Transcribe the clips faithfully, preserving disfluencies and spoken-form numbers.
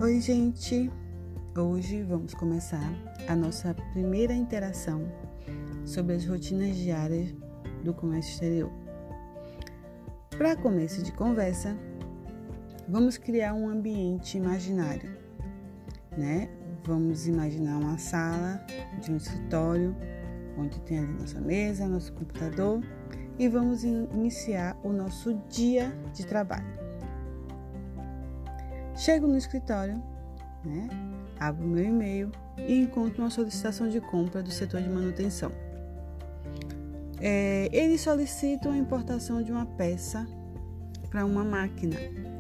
Oi, gente! Hoje vamos começar a nossa primeira interação sobre as rotinas diárias do comércio exterior. Para começo de conversa, vamos criar um ambiente imaginário, né? Vamos imaginar uma sala de um escritório, onde tem ali nossa mesa, nosso computador, e vamos iniciar o nosso dia de trabalho. Chego no escritório, né? Abro o meu e-mail e encontro uma solicitação de compra do setor de manutenção. É, eles solicitam a importação de uma peça para uma máquina,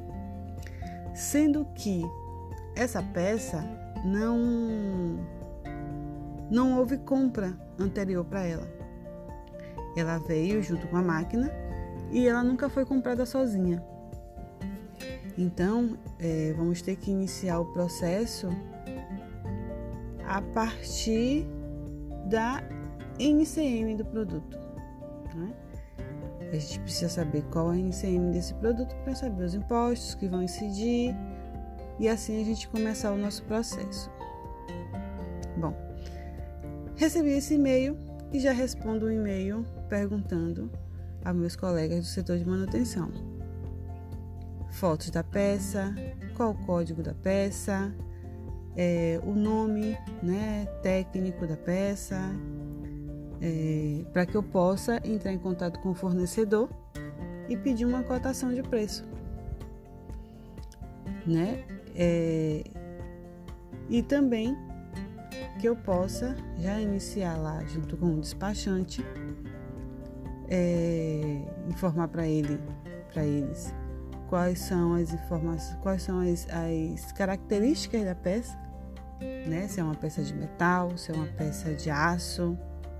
sendo que essa peça não, não houve compra anterior para ela. Ela veio junto com a máquina e ela nunca foi comprada sozinha. Então, é, vamos ter que iniciar o processo a partir da N C M do produto, né? A gente precisa saber qual é a N C M desse produto para saber os impostos que vão incidir e assim a gente começar o nosso processo. Bom, recebi esse e-mail e já respondo o e-mail perguntando a meus colegas do setor de manutenção. Fotos da peça, qual o código da peça, é, o nome, né, técnico da peça, é, para que eu possa entrar em contato com o fornecedor e pedir uma cotação de preço, né? É, e também que eu possa já iniciar lá junto com o despachante, é, informar para ele, para eles quais são as informações, quais são as, as características da peça, né? Se é uma peça de metal, se é uma peça de aço,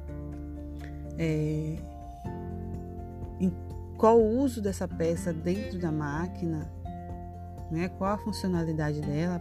é, em qual o uso dessa peça dentro da máquina, né? Qual a funcionalidade dela,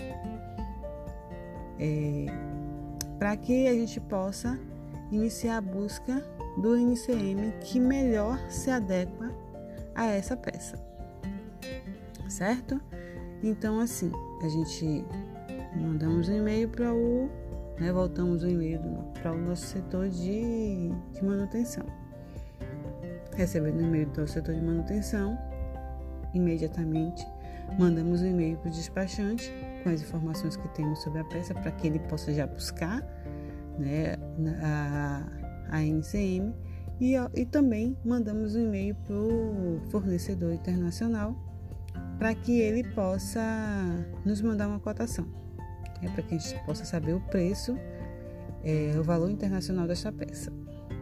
é, para que a gente possa iniciar a busca do N C M que melhor se adequa a essa peça. Certo? Então, assim, a gente mandamos um e-mail para o, né, voltamos o e-mail para o nosso setor de, de manutenção. Recebendo o e-mail do setor de manutenção, imediatamente mandamos o e-mail para o despachante com as informações que temos sobre a peça para que ele possa já buscar, né, a, a N C M e, e também mandamos um e-mail para o fornecedor internacional para que ele possa nos mandar uma cotação, é, para que a gente possa saber o preço, é, o valor internacional desta peça.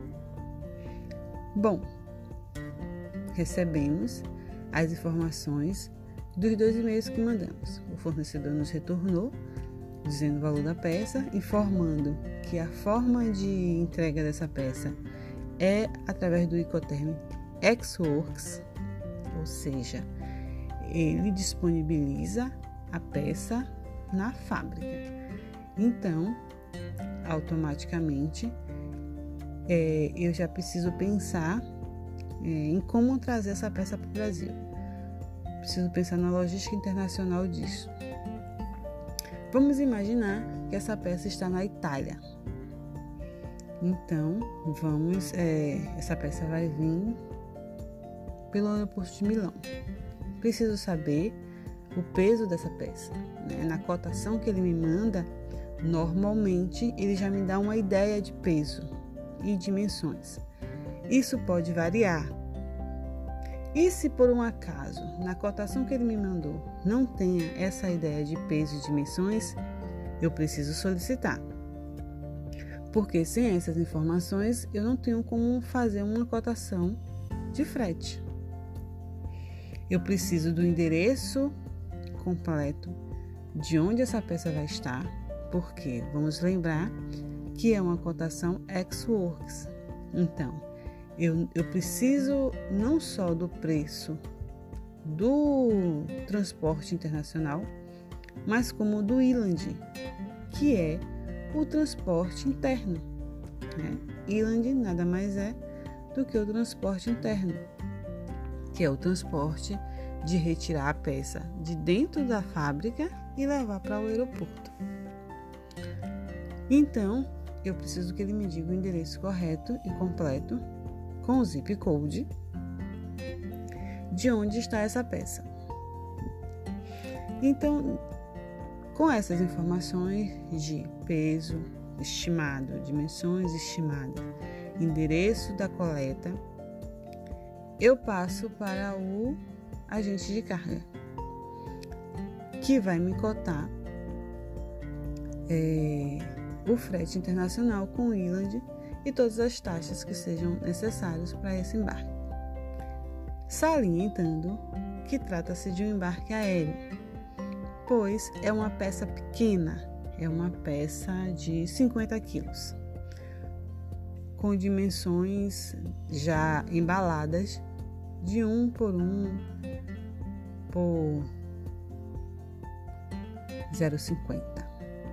Bom, recebemos as informações dos dois e-mails que mandamos. O fornecedor nos retornou dizendo o valor da peça, informando que a forma de entrega dessa peça é através do Incoterm Ex-Works, ou seja, ele disponibiliza a peça na fábrica. Então, automaticamente, é, eu já preciso pensar é, em como trazer essa peça para o Brasil. Preciso pensar na logística internacional disso. Vamos imaginar que essa peça está na Itália. Então, vamos, é, essa peça vai vir pelo aeroporto de Milão. Preciso saber o peso dessa peça, né? Na cotação que ele me manda, normalmente ele já me dá uma ideia de peso e dimensões. Isso pode variar. E se por um acaso, na cotação que ele me mandou, não tenha essa ideia de peso e dimensões, eu preciso solicitar. Porque sem essas informações, eu não tenho como fazer uma cotação de frete. Eu preciso do endereço completo de onde essa peça vai estar, porque vamos lembrar que é uma cotação ex-works. Então, eu, eu preciso não só do preço do transporte internacional, mas como do Inland, que é o transporte interno, né? Inland nada mais é do que o transporte interno, que é o transporte de retirar a peça de dentro da fábrica e levar para o aeroporto. Então, eu preciso que ele me diga o endereço correto e completo, com o zip code, de onde está essa peça. Então, com essas informações de peso estimado, dimensões estimadas, endereço da coleta, eu passo para o agente de carga, que vai me cotar é, o frete internacional com o Iland e todas as taxas que sejam necessárias para esse embarque. Salientando que trata-se de um embarque aéreo, pois é uma peça pequena, é uma peça de cinquenta quilos, com dimensões já embaladas de um por um por zero vírgula cinquenta.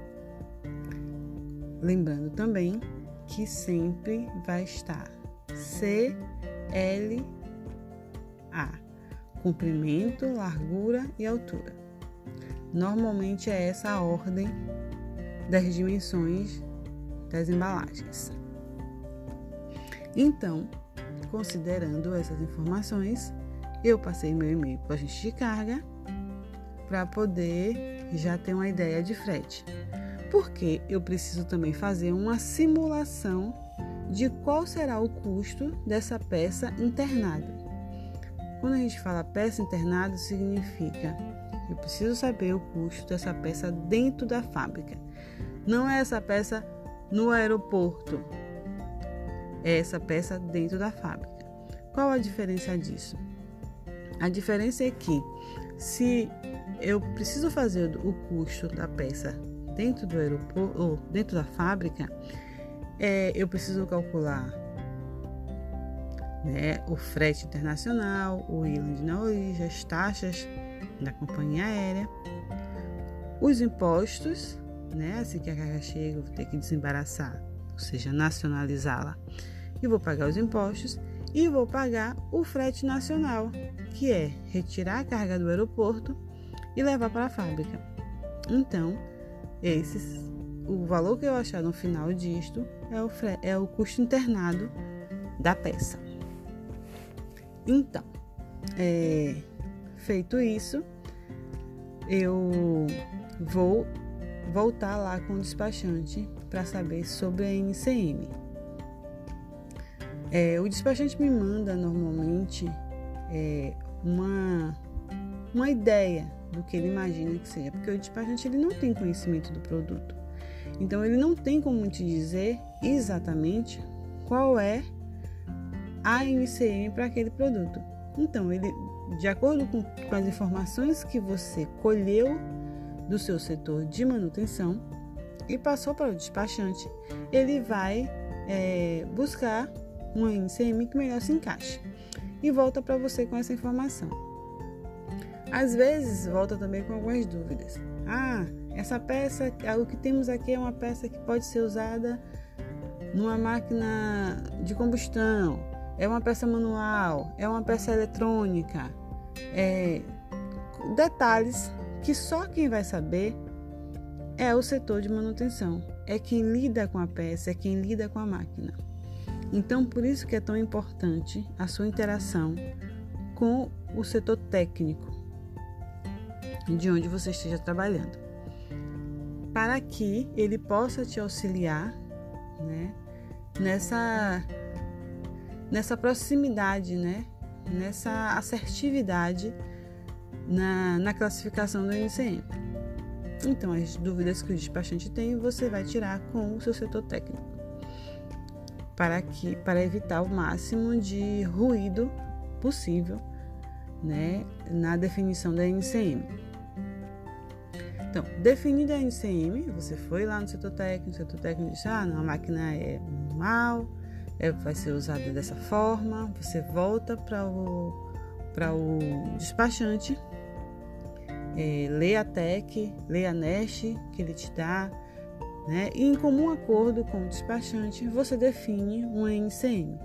Lembrando também que sempre vai estar C L A, comprimento, largura e altura. Normalmente é essa a ordem das dimensões das embalagens. Então, considerando essas informações, eu passei meu e-mail para o agente de carga para poder já ter uma ideia de frete. Porque eu preciso também fazer uma simulação de qual será o custo dessa peça internada. Quando a gente fala peça internada, significa eu preciso saber o custo dessa peça dentro da fábrica. Não é essa peça no aeroporto, é essa peça dentro da fábrica. Qual a diferença disso? A diferença é que se eu preciso fazer o custo da peça dentro do aeroporto ou dentro da fábrica, é, eu preciso calcular, né, o frete internacional, o Iland na origem, as taxas da companhia aérea, os impostos, né, assim que a carga chega, eu vou ter que desembaraçar, ou seja, nacionalizá-la, e vou pagar os impostos e vou pagar o frete nacional, que é retirar a carga do aeroporto e levar para a fábrica. Então, esses, o valor que eu achar no final disto é o, fre, é o custo internado da peça. Então, é, feito isso, eu vou voltar lá com o despachante para saber sobre a N C M. É, o despachante me manda normalmente é, uma, uma ideia do que ele imagina que seja, porque o despachante ele não tem conhecimento do produto. Então, ele não tem como te dizer exatamente qual é a N C M para aquele produto. Então, ele, de acordo com, com as informações que você colheu do seu setor de manutenção e passou para o despachante, ele vai é, buscar uma N C M que melhor se encaixe e volta para você com essa informação. Às vezes, volta também com algumas dúvidas. Ah, essa peça, o que temos aqui é uma peça que pode ser usada numa máquina de combustão, é uma peça manual, é uma peça eletrônica, é, detalhes que só quem vai saber é o setor de manutenção, é quem lida com a peça, é quem lida com a máquina. Então, por isso que é tão importante a sua interação com o setor técnico de onde você esteja trabalhando, para que ele possa te auxiliar, né, nessa, nessa proximidade, né, nessa assertividade na, na classificação do N C M. Então, as dúvidas que o despachante tem, você vai tirar com o seu setor técnico, para, que, para evitar o máximo de ruído possível, né, na definição da N C M. Então, definida a N C M, você foi lá no setor técnico, o setor técnico disse, ah, não, a máquina é normal, é, vai ser usada dessa forma, você volta para o, para o despachante, é, lê a T E C, lê a N E S H que ele te dá, né, e em comum acordo com o despachante, você define uma N C M.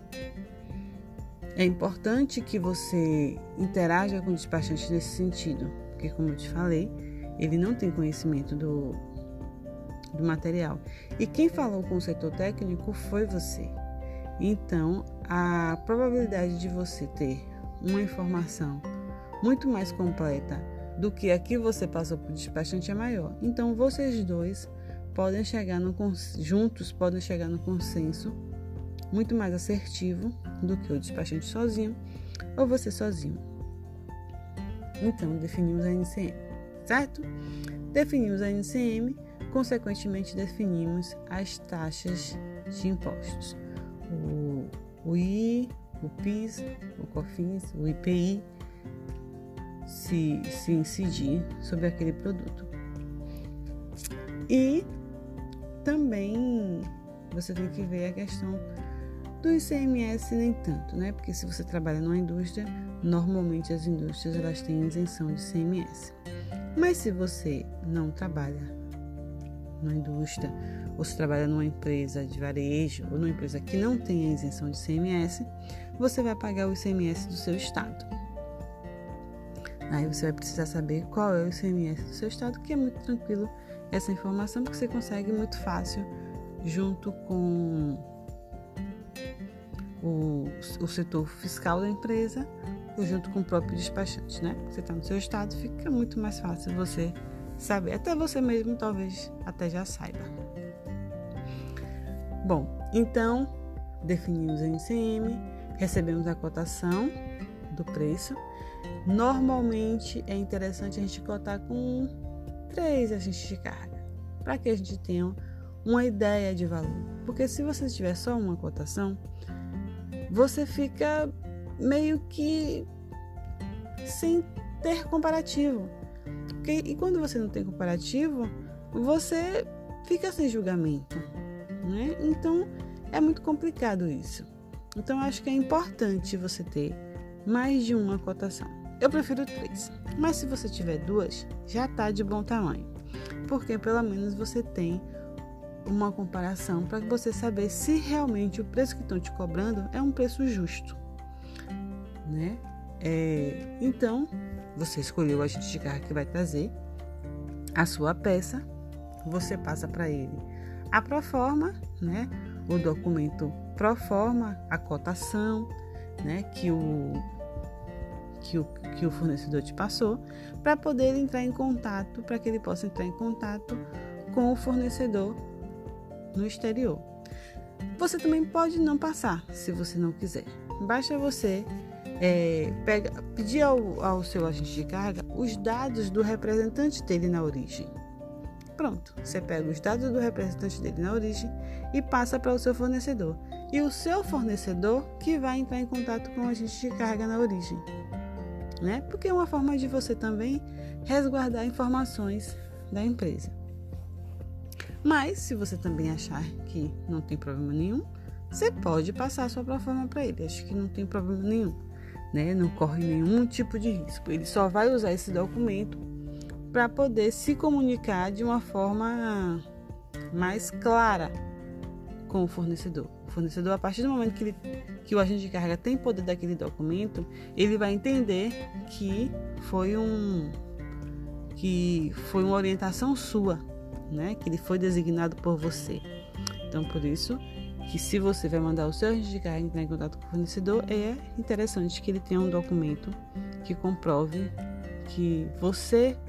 É importante que você interaja com o despachante nesse sentido, porque, como eu te falei, ele não tem conhecimento do, do material. E quem falou com o setor técnico foi você. Então, a probabilidade de você ter uma informação muito mais completa do que a que você passou para o despachante é maior. Então, vocês dois podem chegar no juntos podem chegar no consenso muito mais assertivo do que o despachante sozinho ou você sozinho. Então, definimos a N C M, certo? Definimos a N C M, consequentemente definimos as taxas de impostos. O, o I, o PIS, o COFINS, o I P I, se, se incidir sobre aquele produto. E também você tem que ver a questão do I C M S nem tanto, né? Porque se você trabalha numa indústria, normalmente as indústrias elas têm isenção de I C M S. Mas se você não trabalha numa indústria, ou se trabalha numa empresa de varejo, ou numa empresa que não tem a isenção de I C M S, você vai pagar o I C M S do seu estado. Aí você vai precisar saber qual é o I C M S do seu estado, que é muito tranquilo essa informação, porque você consegue muito fácil junto com o, o setor fiscal da empresa ou junto com o próprio despachante, né? Você está no seu estado, fica muito mais fácil você saber. Até você mesmo talvez até já saiba. Bom, então definimos a N C M, recebemos a cotação do preço. Normalmente é interessante a gente cotar com três agentes de carga, para que a gente tenha uma ideia de valor. Porque se você tiver só uma cotação, você fica meio que sem ter comparativo. Porque, e quando você não tem comparativo, você fica sem julgamento, né? Então é muito complicado isso. Então acho que é importante você ter mais de uma cotação. Eu prefiro três, mas se você tiver duas, já está de bom tamanho, porque pelo menos você tem uma comparação para você saber se realmente o preço que estão te cobrando é um preço justo, né? É, então, você escolheu o agente de carga que vai trazer a sua peça, você passa para ele a proforma, né? O documento proforma, a cotação, né? Que o Que o, que o fornecedor te passou, para poder entrar em contato, para que ele possa entrar em contato com o fornecedor no exterior. Você também pode não passar, se você não quiser. Basta você é, pega, pedir ao, ao seu agente de carga os dados do representante dele na origem. Pronto, você pega os dados do representante dele na origem e passa para o seu fornecedor. E o seu fornecedor que vai entrar em contato com o agente de carga na origem. Né? Porque é uma forma de você também resguardar informações da empresa. Mas, se você também achar que não tem problema nenhum, você pode passar a sua proforma para ele. Acho que não tem problema nenhum, né? Não corre nenhum tipo de risco. Ele só vai usar esse documento para poder se comunicar de uma forma mais clara com o fornecedor. O fornecedor, a partir do momento que, ele, que o agente de carga tem poder daquele documento, ele vai entender que foi, um, que foi uma orientação sua, né? Que ele foi designado por você. Então, por isso, que se você vai mandar o seu agente de carga entrar em contato com o fornecedor, é interessante que ele tenha um documento que comprove que você,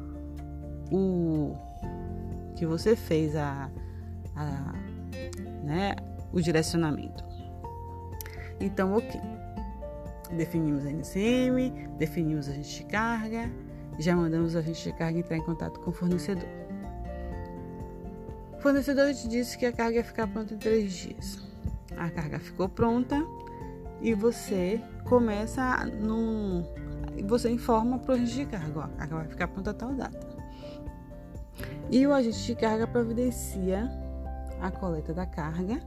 o, que você fez a, a né, o direcionamento. Então, ok. Definimos a N C M, definimos a agente de carga, já mandamos o agente de carga entrar em contato com o fornecedor. O fornecedor te disse que a carga ia ficar pronta em três dias. A carga ficou pronta e você começa a, num, você informa para o agente de carga, ó, a carga vai ficar pronta a tal data. E o agente de carga providencia a coleta da carga.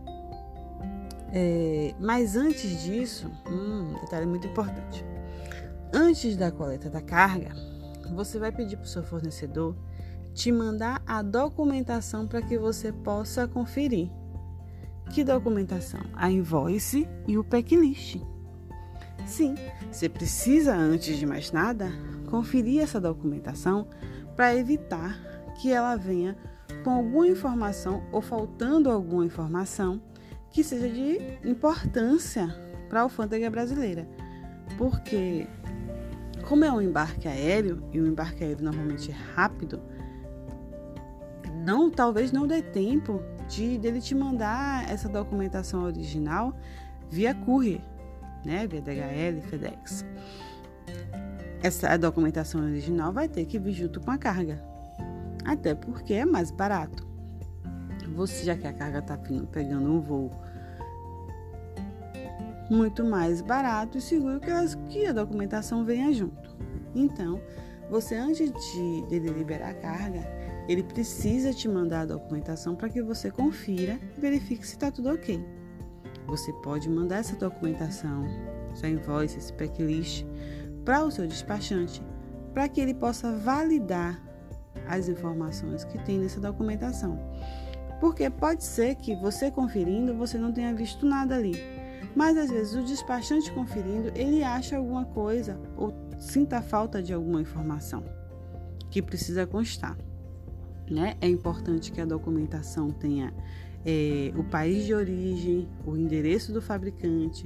É, mas antes disso, um detalhe muito importante. Antes da coleta da carga, você vai pedir para o seu fornecedor te mandar a documentação para que você possa conferir. Que documentação? A invoice e o packlist. Sim, você precisa, antes de mais nada, conferir essa documentação, para evitar que ela venha com alguma informação ou faltando alguma informação que seja de importância para a alfândega brasileira. Porque, como é um embarque aéreo, e o embarque aéreo normalmente é rápido, não, talvez não dê tempo de dele te mandar essa documentação original via courier, né? Via D H L, FedEx. Essa documentação original vai ter que vir junto com a carga, até porque é mais barato. Você, já que a carga está pegando um voo muito mais barato e seguro, que, elas, que a documentação venha junto. Então, você, antes de dele liberar a carga, ele precisa te mandar a documentação para que você confira e verifique se está tudo ok. Você pode mandar essa documentação, essa invoice, esse checklist, para o seu despachante, para que ele possa validar as informações que tem nessa documentação. Porque pode ser que você conferindo, você não tenha visto nada ali. Mas às vezes o despachante conferindo, ele acha alguma coisa ou sinta falta de alguma informação que precisa constar. Né? É importante que a documentação tenha é, o país de origem, o endereço do fabricante,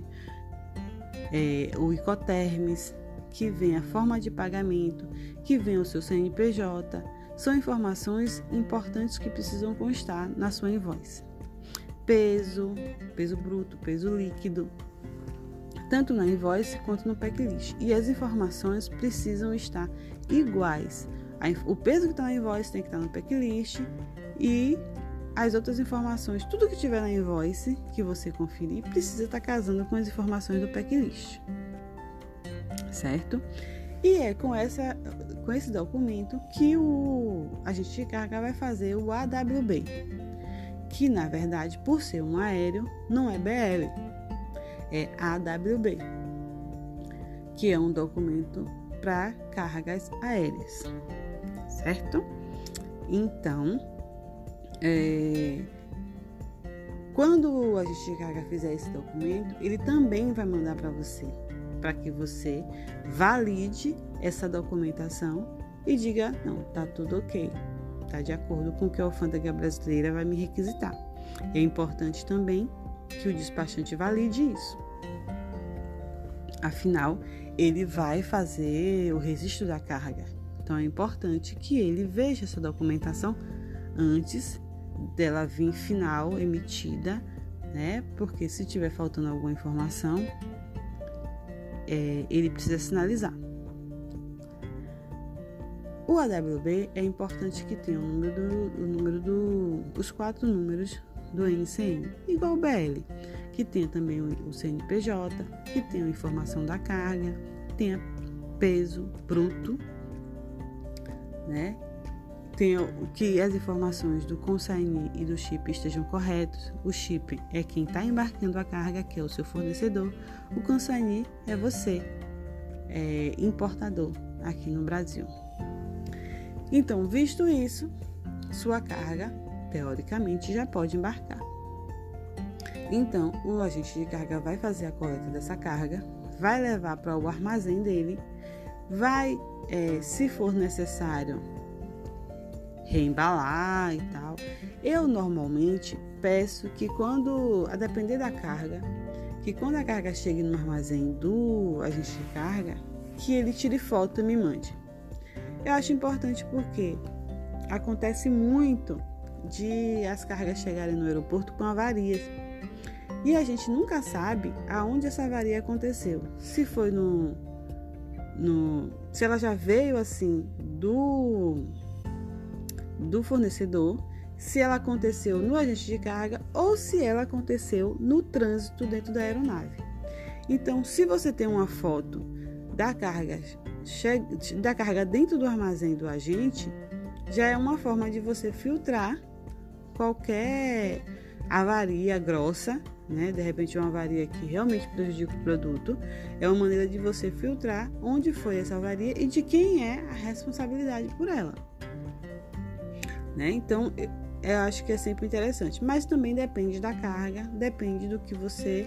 é, o Incoterms, que venha a forma de pagamento, que venha o seu C N P J. São informações importantes que precisam constar na sua invoice. Peso, peso bruto, peso líquido, tanto na invoice quanto no checklist. E as informações precisam estar iguais. O peso que está na invoice tem que estar no checklist e as outras informações, tudo que tiver na invoice que você conferir, precisa estar casando com as informações do checklist, certo? E é com, essa, com esse documento que o agente de carga vai fazer o A W B, que na verdade, por ser um aéreo, não é B L, é A W B, que é um documento para cargas aéreas. Certo? Então, é, quando o agente de carga fizer esse documento, ele também vai mandar para você, para que você valide essa documentação e diga, não, tá tudo ok, tá de acordo com o que a alfândega brasileira vai me requisitar. É importante também que o despachante valide isso. Afinal, ele vai fazer o registro da carga. Então, é importante que ele veja essa documentação antes dela vir final, emitida, né? Porque se tiver faltando alguma informação, é, ele precisa sinalizar. O A W B é importante que tenha o número do, o número do, os quatro números do N C M, igual o B L, que tenha também o, o C N P J, que tenha a informação da carga, tenha peso bruto, né? Tenha que as informações do consignee e do ship estejam corretos. O ship é quem está embarcando a carga, que é o seu fornecedor. O consignee é você, é, importador aqui no Brasil. Então, visto isso, sua carga, teoricamente, já pode embarcar. Então, o agente de carga vai fazer a coleta dessa carga, vai levar para o armazém dele, vai, é, se for necessário, reembalar e tal. Eu normalmente peço que quando, a depender da carga, que quando a carga chegue no armazém do agente de carga, que ele tire foto e me mande. Eu acho importante porque acontece muito de as cargas chegarem no aeroporto com avarias. E a gente nunca sabe aonde essa avaria aconteceu. Se foi no, no se ela já veio assim do do fornecedor, se ela aconteceu no agente de carga ou se ela aconteceu no trânsito dentro da aeronave. Então, se você tem uma foto da carga, da carga dentro do armazém do agente, já é uma forma de você filtrar qualquer avaria grossa, né? De repente uma avaria que realmente prejudica o produto. É uma maneira de você filtrar onde foi essa avaria e de quem é a responsabilidade por ela. Né? Então, eu acho que é sempre interessante, mas também depende da carga, depende do que você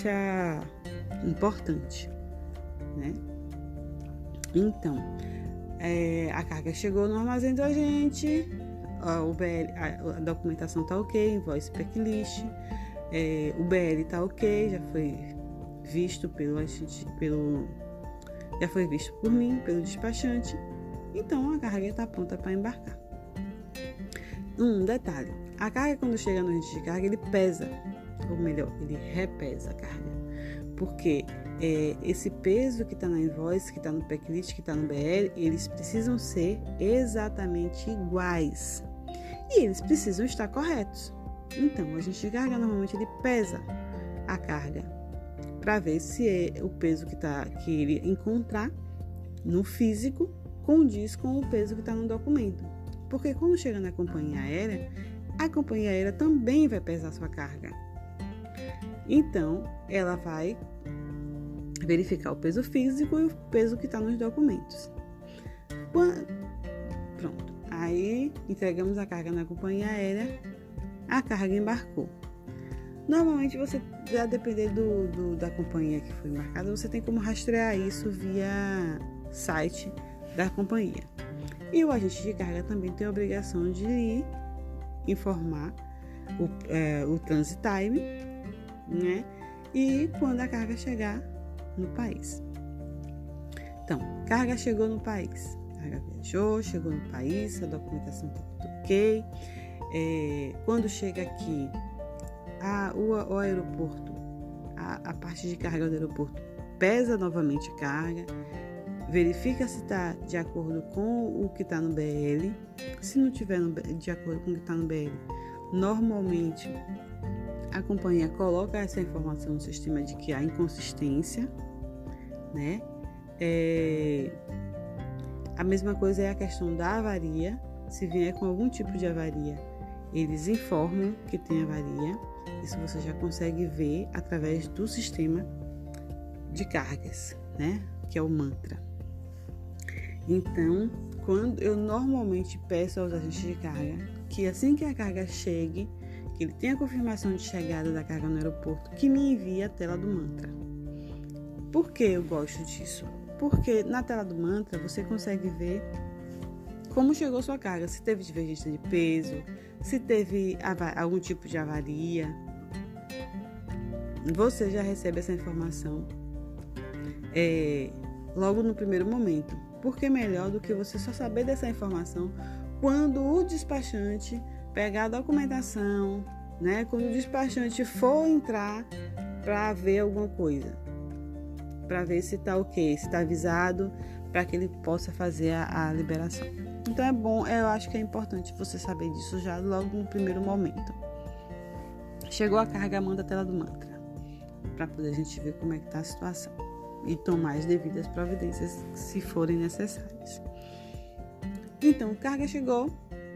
acha importante, né? Então, é, a carga chegou no armazém da gente, a, o B L, a, a documentação tá ok, invoice checklist, é, o B L tá ok, já foi visto pelo agente, pelo, já foi visto por mim, pelo despachante, então a carga está pronta para embarcar. Um detalhe, a carga quando chega no agente de carga, ele pesa, ou melhor, ele repesa a carga, porque é, esse peso que está na invoice, que está no checklist, que está no B L, eles precisam ser exatamente iguais e eles precisam estar corretos. Então, o agente de carga normalmente ele pesa a carga para ver se é o peso que, tá, que ele encontrar no físico condiz com o peso que está no documento. Porque quando chega na companhia aérea, a companhia aérea também vai pesar sua carga. Então, ela vai verificar o peso físico e o peso que está nos documentos. Pronto. Aí, entregamos a carga na companhia aérea, a carga embarcou. Normalmente, você, a depender do, do, da companhia que foi embarcada, você tem como rastrear isso via site da companhia. E o agente de carga também tem a obrigação de lhe informar o, é, o transit time, né? E quando a carga chegar no país. Então, carga chegou no país. A carga viajou, chegou no país, a documentação está tudo ok. É, quando chega aqui, a, o, o aeroporto, a, a parte de carga do aeroporto pesa novamente a carga, verifica se está de acordo com o que está no B L. Se não estiver de acordo com o que está no B L, normalmente a companhia coloca essa informação no sistema de que há inconsistência, né? É, a mesma coisa é a questão da avaria. Se vier com algum tipo de avaria, eles informam que tem avaria. Isso você já consegue ver através do sistema de cargas, né? Que é o Mantra. Então, quando eu normalmente peço aos agentes de carga que assim que a carga chegue, que ele tenha a confirmação de chegada da carga no aeroporto, que me envie a tela do Mantra. Por que eu gosto disso? Porque na tela do Mantra você consegue ver como chegou sua carga, se teve divergência de peso, se teve algum tipo de avaria. Você já recebe essa informação é, logo no primeiro momento. Porque é melhor do que você só saber dessa informação quando o despachante pegar a documentação, né? Quando o despachante for entrar para ver alguma coisa, para ver se está ok, se está avisado, para que ele possa fazer a, a liberação. Então é bom, eu acho que é importante você saber disso já logo no primeiro momento. Chegou a carga, manda a tela do Mantra, para poder a gente ver como é que está a situação e tomar as devidas providências se forem necessárias. Então, carga chegou,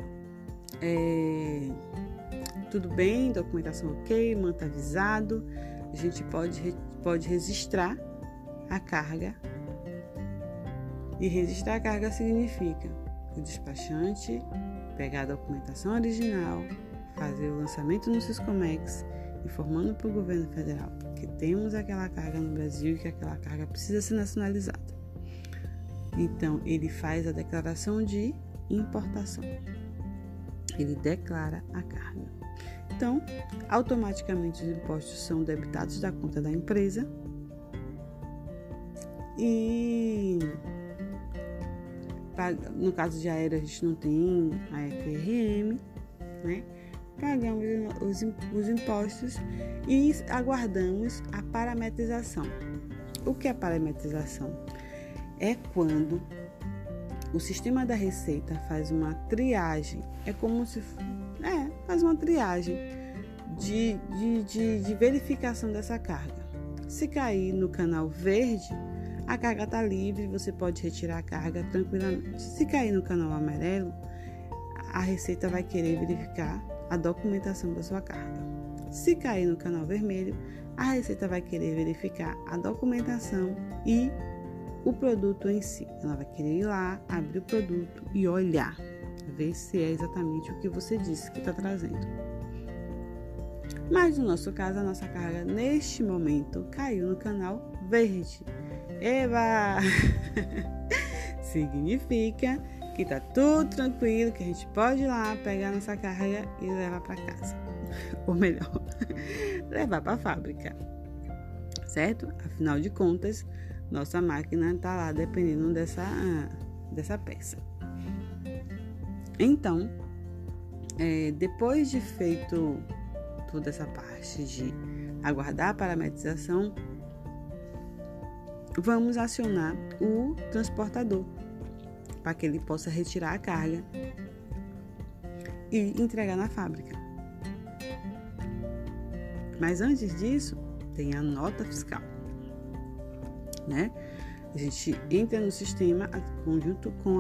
é, tudo bem, documentação ok, manta avisado, a gente pode, pode registrar a carga. E registrar a carga significa o despachante pegar a documentação original, fazer o lançamento no Siscomex, informando para o governo federal que temos aquela carga no Brasil e que aquela carga precisa ser nacionalizada. Então, ele faz a declaração de importação. Ele declara a carga. Então, automaticamente os impostos são debitados da conta da empresa e, no caso de aéreo, a gente não tem a E T R M, né? Pagamos os, os impostos e aguardamos a parametrização. O que é parametrização? É quando o sistema da Receita faz uma triagem, é como se é, faz uma triagem de, de, de, de verificação dessa carga. Se cair no canal verde, a carga está livre, você pode retirar a carga tranquilamente. Se cair no canal amarelo, a Receita vai querer verificar a documentação da sua carga. Se cair no canal vermelho, a Receita vai querer verificar a documentação e o produto em si. Ela vai querer ir lá, abrir o produto e olhar, ver se é exatamente o que você disse que está trazendo. Mas no nosso caso, a nossa carga neste momento caiu no canal verde. Eba! significa que tá tudo tranquilo, que a gente pode ir lá pegar nossa carga e levar para casa. Ou melhor, levar para a fábrica. Certo? Afinal de contas, nossa máquina está lá dependendo dessa, dessa peça. Então, é, depois de feito toda essa parte de aguardar a parametrização, vamos acionar o transportador para que ele possa retirar a carga e entregar na fábrica. Mas antes disso, tem a nota fiscal, né? A gente entra no sistema junto com,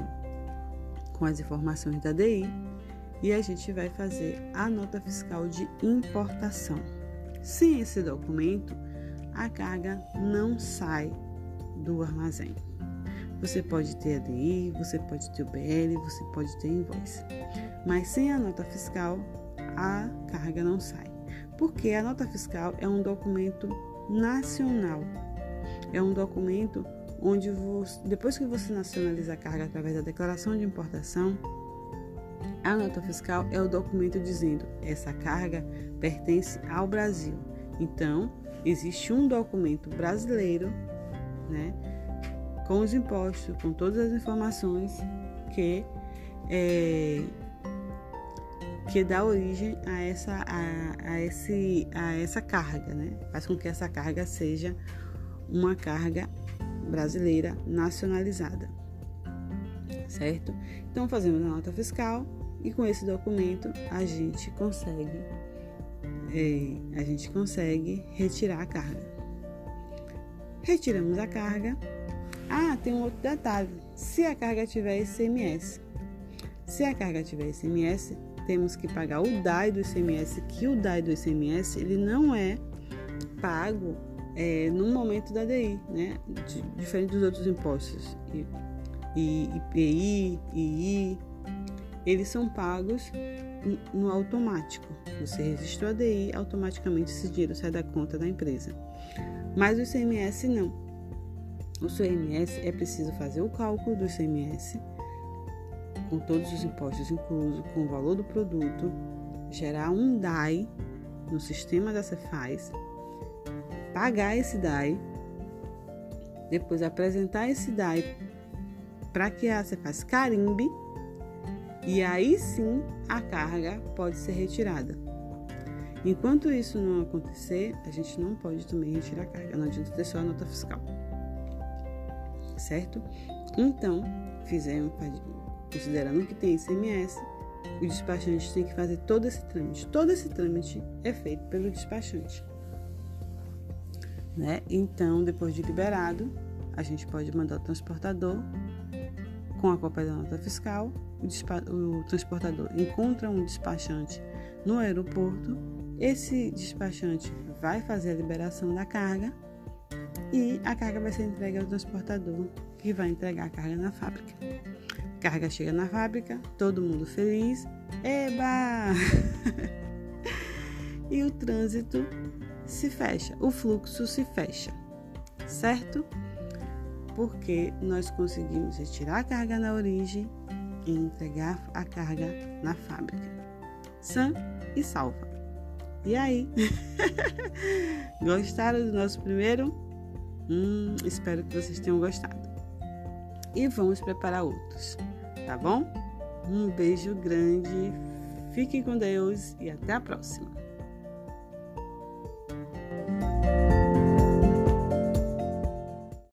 a, com as informações da D I e a gente vai fazer a nota fiscal de importação. Sem esse documento, a carga não sai do armazém. Você pode ter a D I, você pode ter o B L, você pode ter invoice. Mas sem a nota fiscal, a carga não sai. Porque a nota fiscal é um documento nacional. É um documento onde, você, depois que você nacionaliza a carga através da declaração de importação, a nota fiscal é o documento dizendo essa carga pertence ao Brasil. Então, existe um documento brasileiro, né, com os impostos, com todas as informações que, é, que dá origem a essa, a, a, esse, a essa carga, né? Faz com que essa carga seja uma carga brasileira nacionalizada, certo? Então, fazemos a nota fiscal e com esse documento a gente consegue, é, a gente consegue retirar a carga. Retiramos a carga. Ah, tem um outro detalhe. Se a carga tiver I C M S, se a carga tiver I C M S, temos que pagar o D A I do I C M S, que o D A I do I C M S ele não é pago é, no momento da D I, né? D- diferente dos outros impostos, I, I, I P I, I I, eles são pagos no automático. Você registrou a D I, automaticamente esse dinheiro sai da conta da empresa. Mas o I C M S não. O I C M S é preciso fazer o cálculo do I C M S, com todos os impostos inclusos, com o valor do produto, gerar um D A I no sistema da Cefaz, pagar esse D A I, depois apresentar esse D A I para que a Cefaz carimbe, e aí sim a carga pode ser retirada. Enquanto isso não acontecer, a gente não pode também retirar a carga, não adianta ter só a nota fiscal, certo? Então, fizemos, considerando que tem I C M S, o despachante tem que fazer todo esse trâmite. Todo esse trâmite é feito pelo despachante, né? Então, depois de liberado, a gente pode mandar o transportador com a cópia da nota fiscal. O, despa- o transportador encontra um despachante no aeroporto. Esse despachante vai fazer a liberação da carga e a carga vai ser entregue ao transportador, que vai entregar a carga na fábrica. A carga chega na fábrica, todo mundo feliz. Eba! E o trânsito se fecha, o fluxo se fecha, certo? Porque nós conseguimos retirar a carga na origem e entregar a carga na fábrica, sã e salva. E aí? Gostaram do nosso primeiro? Hum, espero que vocês tenham gostado. E vamos preparar outros, tá bom? Um beijo grande, fiquem com Deus e até a próxima.